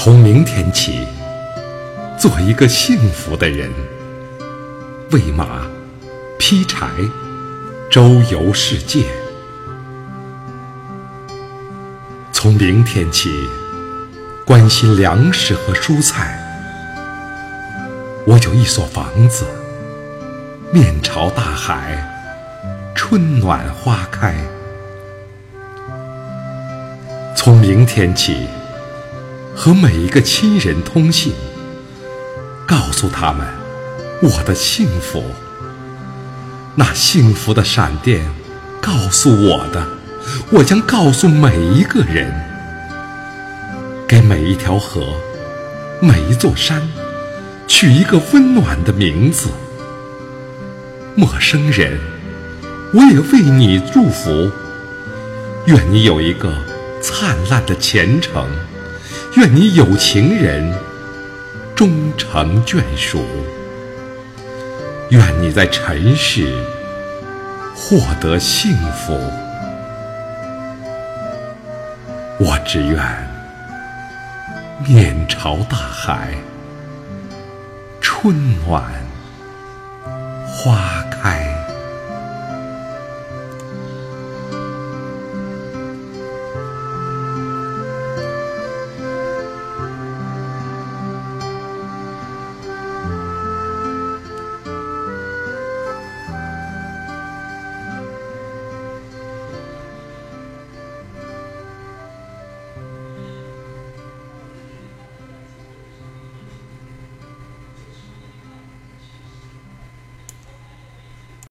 从明天起，做一个幸福的人，喂马，劈柴，周游世界。从明天起，关心粮食和蔬菜。我有一所房子，面朝大海，春暖花开。从明天起，和每一个亲人通信，告诉他们我的幸福。那幸福的闪电告诉我的，我将告诉每一个人。给每一条河，每一座山，取一个温暖的名字。陌生人，我也为你祝福。愿你有一个灿烂的前程，愿你有情人终成眷属，愿你在尘世获得幸福。我只愿面朝大海，春暖花开。